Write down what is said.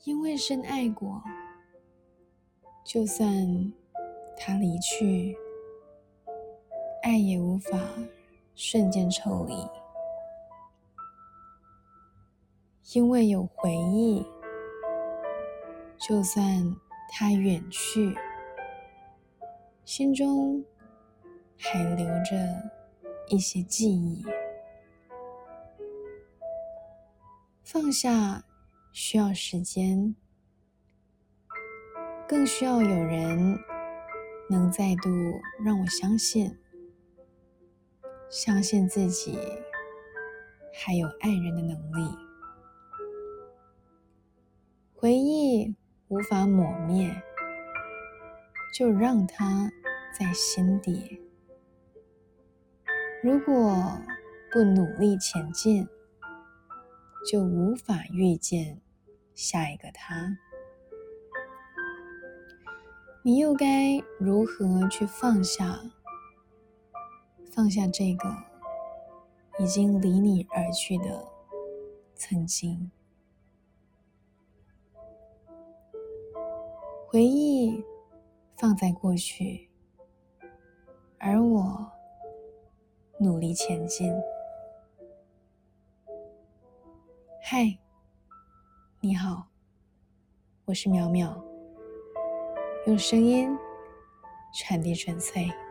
因为深爱过，就算他离去，爱也无法瞬间抽离。因为有回忆，就算他远去，心中还留着一些记忆。放下需要时间，更需要有人能再度让我相信自己还有爱人的能力。回忆无法抹灭，就让它在心底。如果不努力前进，就无法遇见下一个他。你又该如何去放下这个已经离你而去的曾经？回忆放在过去，而我努力前进。嗨，你好，我是淼淼，用声音传递纯粹。